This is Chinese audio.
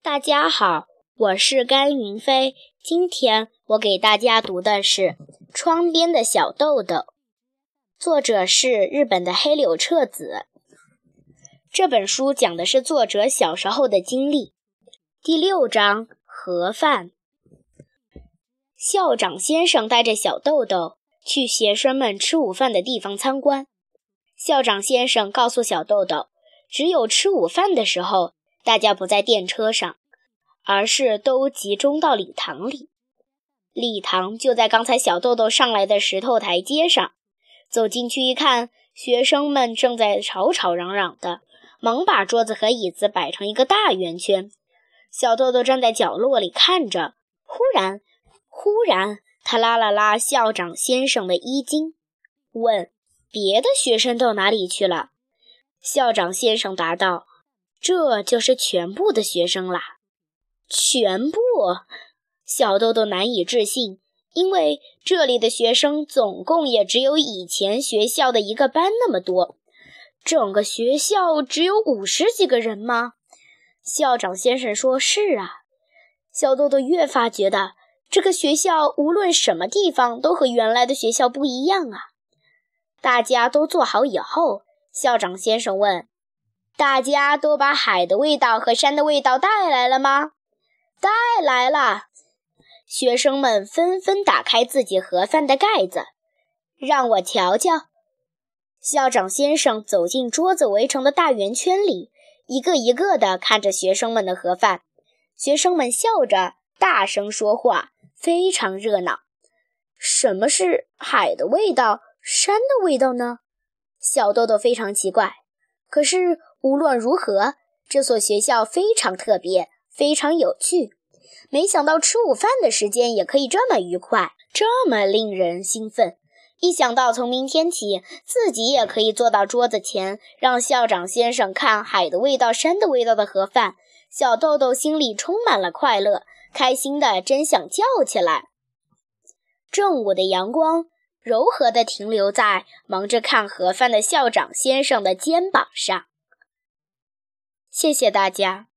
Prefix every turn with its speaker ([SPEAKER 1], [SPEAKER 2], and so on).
[SPEAKER 1] 大家好，我是甘云飞。今天我给大家读的是《窗边的小豆豆》，作者是日本的黑柳彻子。这本书讲的是作者小时候的经历。第6章，盒饭。校长先生带着小豆豆去学生们吃午饭的地方参观。校长先生告诉小豆豆，只有吃午饭的时候，大家不在电车上，而是都集中到礼堂里。礼堂就在刚才小豆豆上来的石头台阶上。走进去一看，学生们正在吵吵嚷嚷的，忙把桌子和椅子摆成一个大圆圈。小豆豆站在角落里看着，忽然他拉了拉校长先生的衣襟，问：别的学生到哪里去了？校长先生答道：这就是全部的学生啦。全部？小豆豆难以置信，因为这里的学生总共也只有以前学校的一个班那么多。整个学校只有50几个人吗？校长先生说：是啊。小豆豆越发觉得这个学校无论什么地方都和原来的学校不一样啊。大家都坐好以后，校长先生问：大家都把海的味道和山的味道带来了吗？带来了。学生们纷纷打开自己盒饭的盖子。让我瞧瞧。校长先生走进桌子围成的大圆圈里，一个一个地看着学生们的盒饭。学生们笑着大声说话，非常热闹。什么是海的味道，山的味道呢？小豆豆非常奇怪。可是无论如何，这所学校非常特别，非常有趣。没想到吃午饭的时间也可以这么愉快，这么令人兴奋。一想到从明天起自己也可以坐到桌子前，让校长先生看海的味道、山的味道的盒饭，小豆豆心里充满了快乐，开心的真想叫起来。正午的阳光柔和地停留在忙着看盒饭的校长先生的肩膀上。谢谢大家。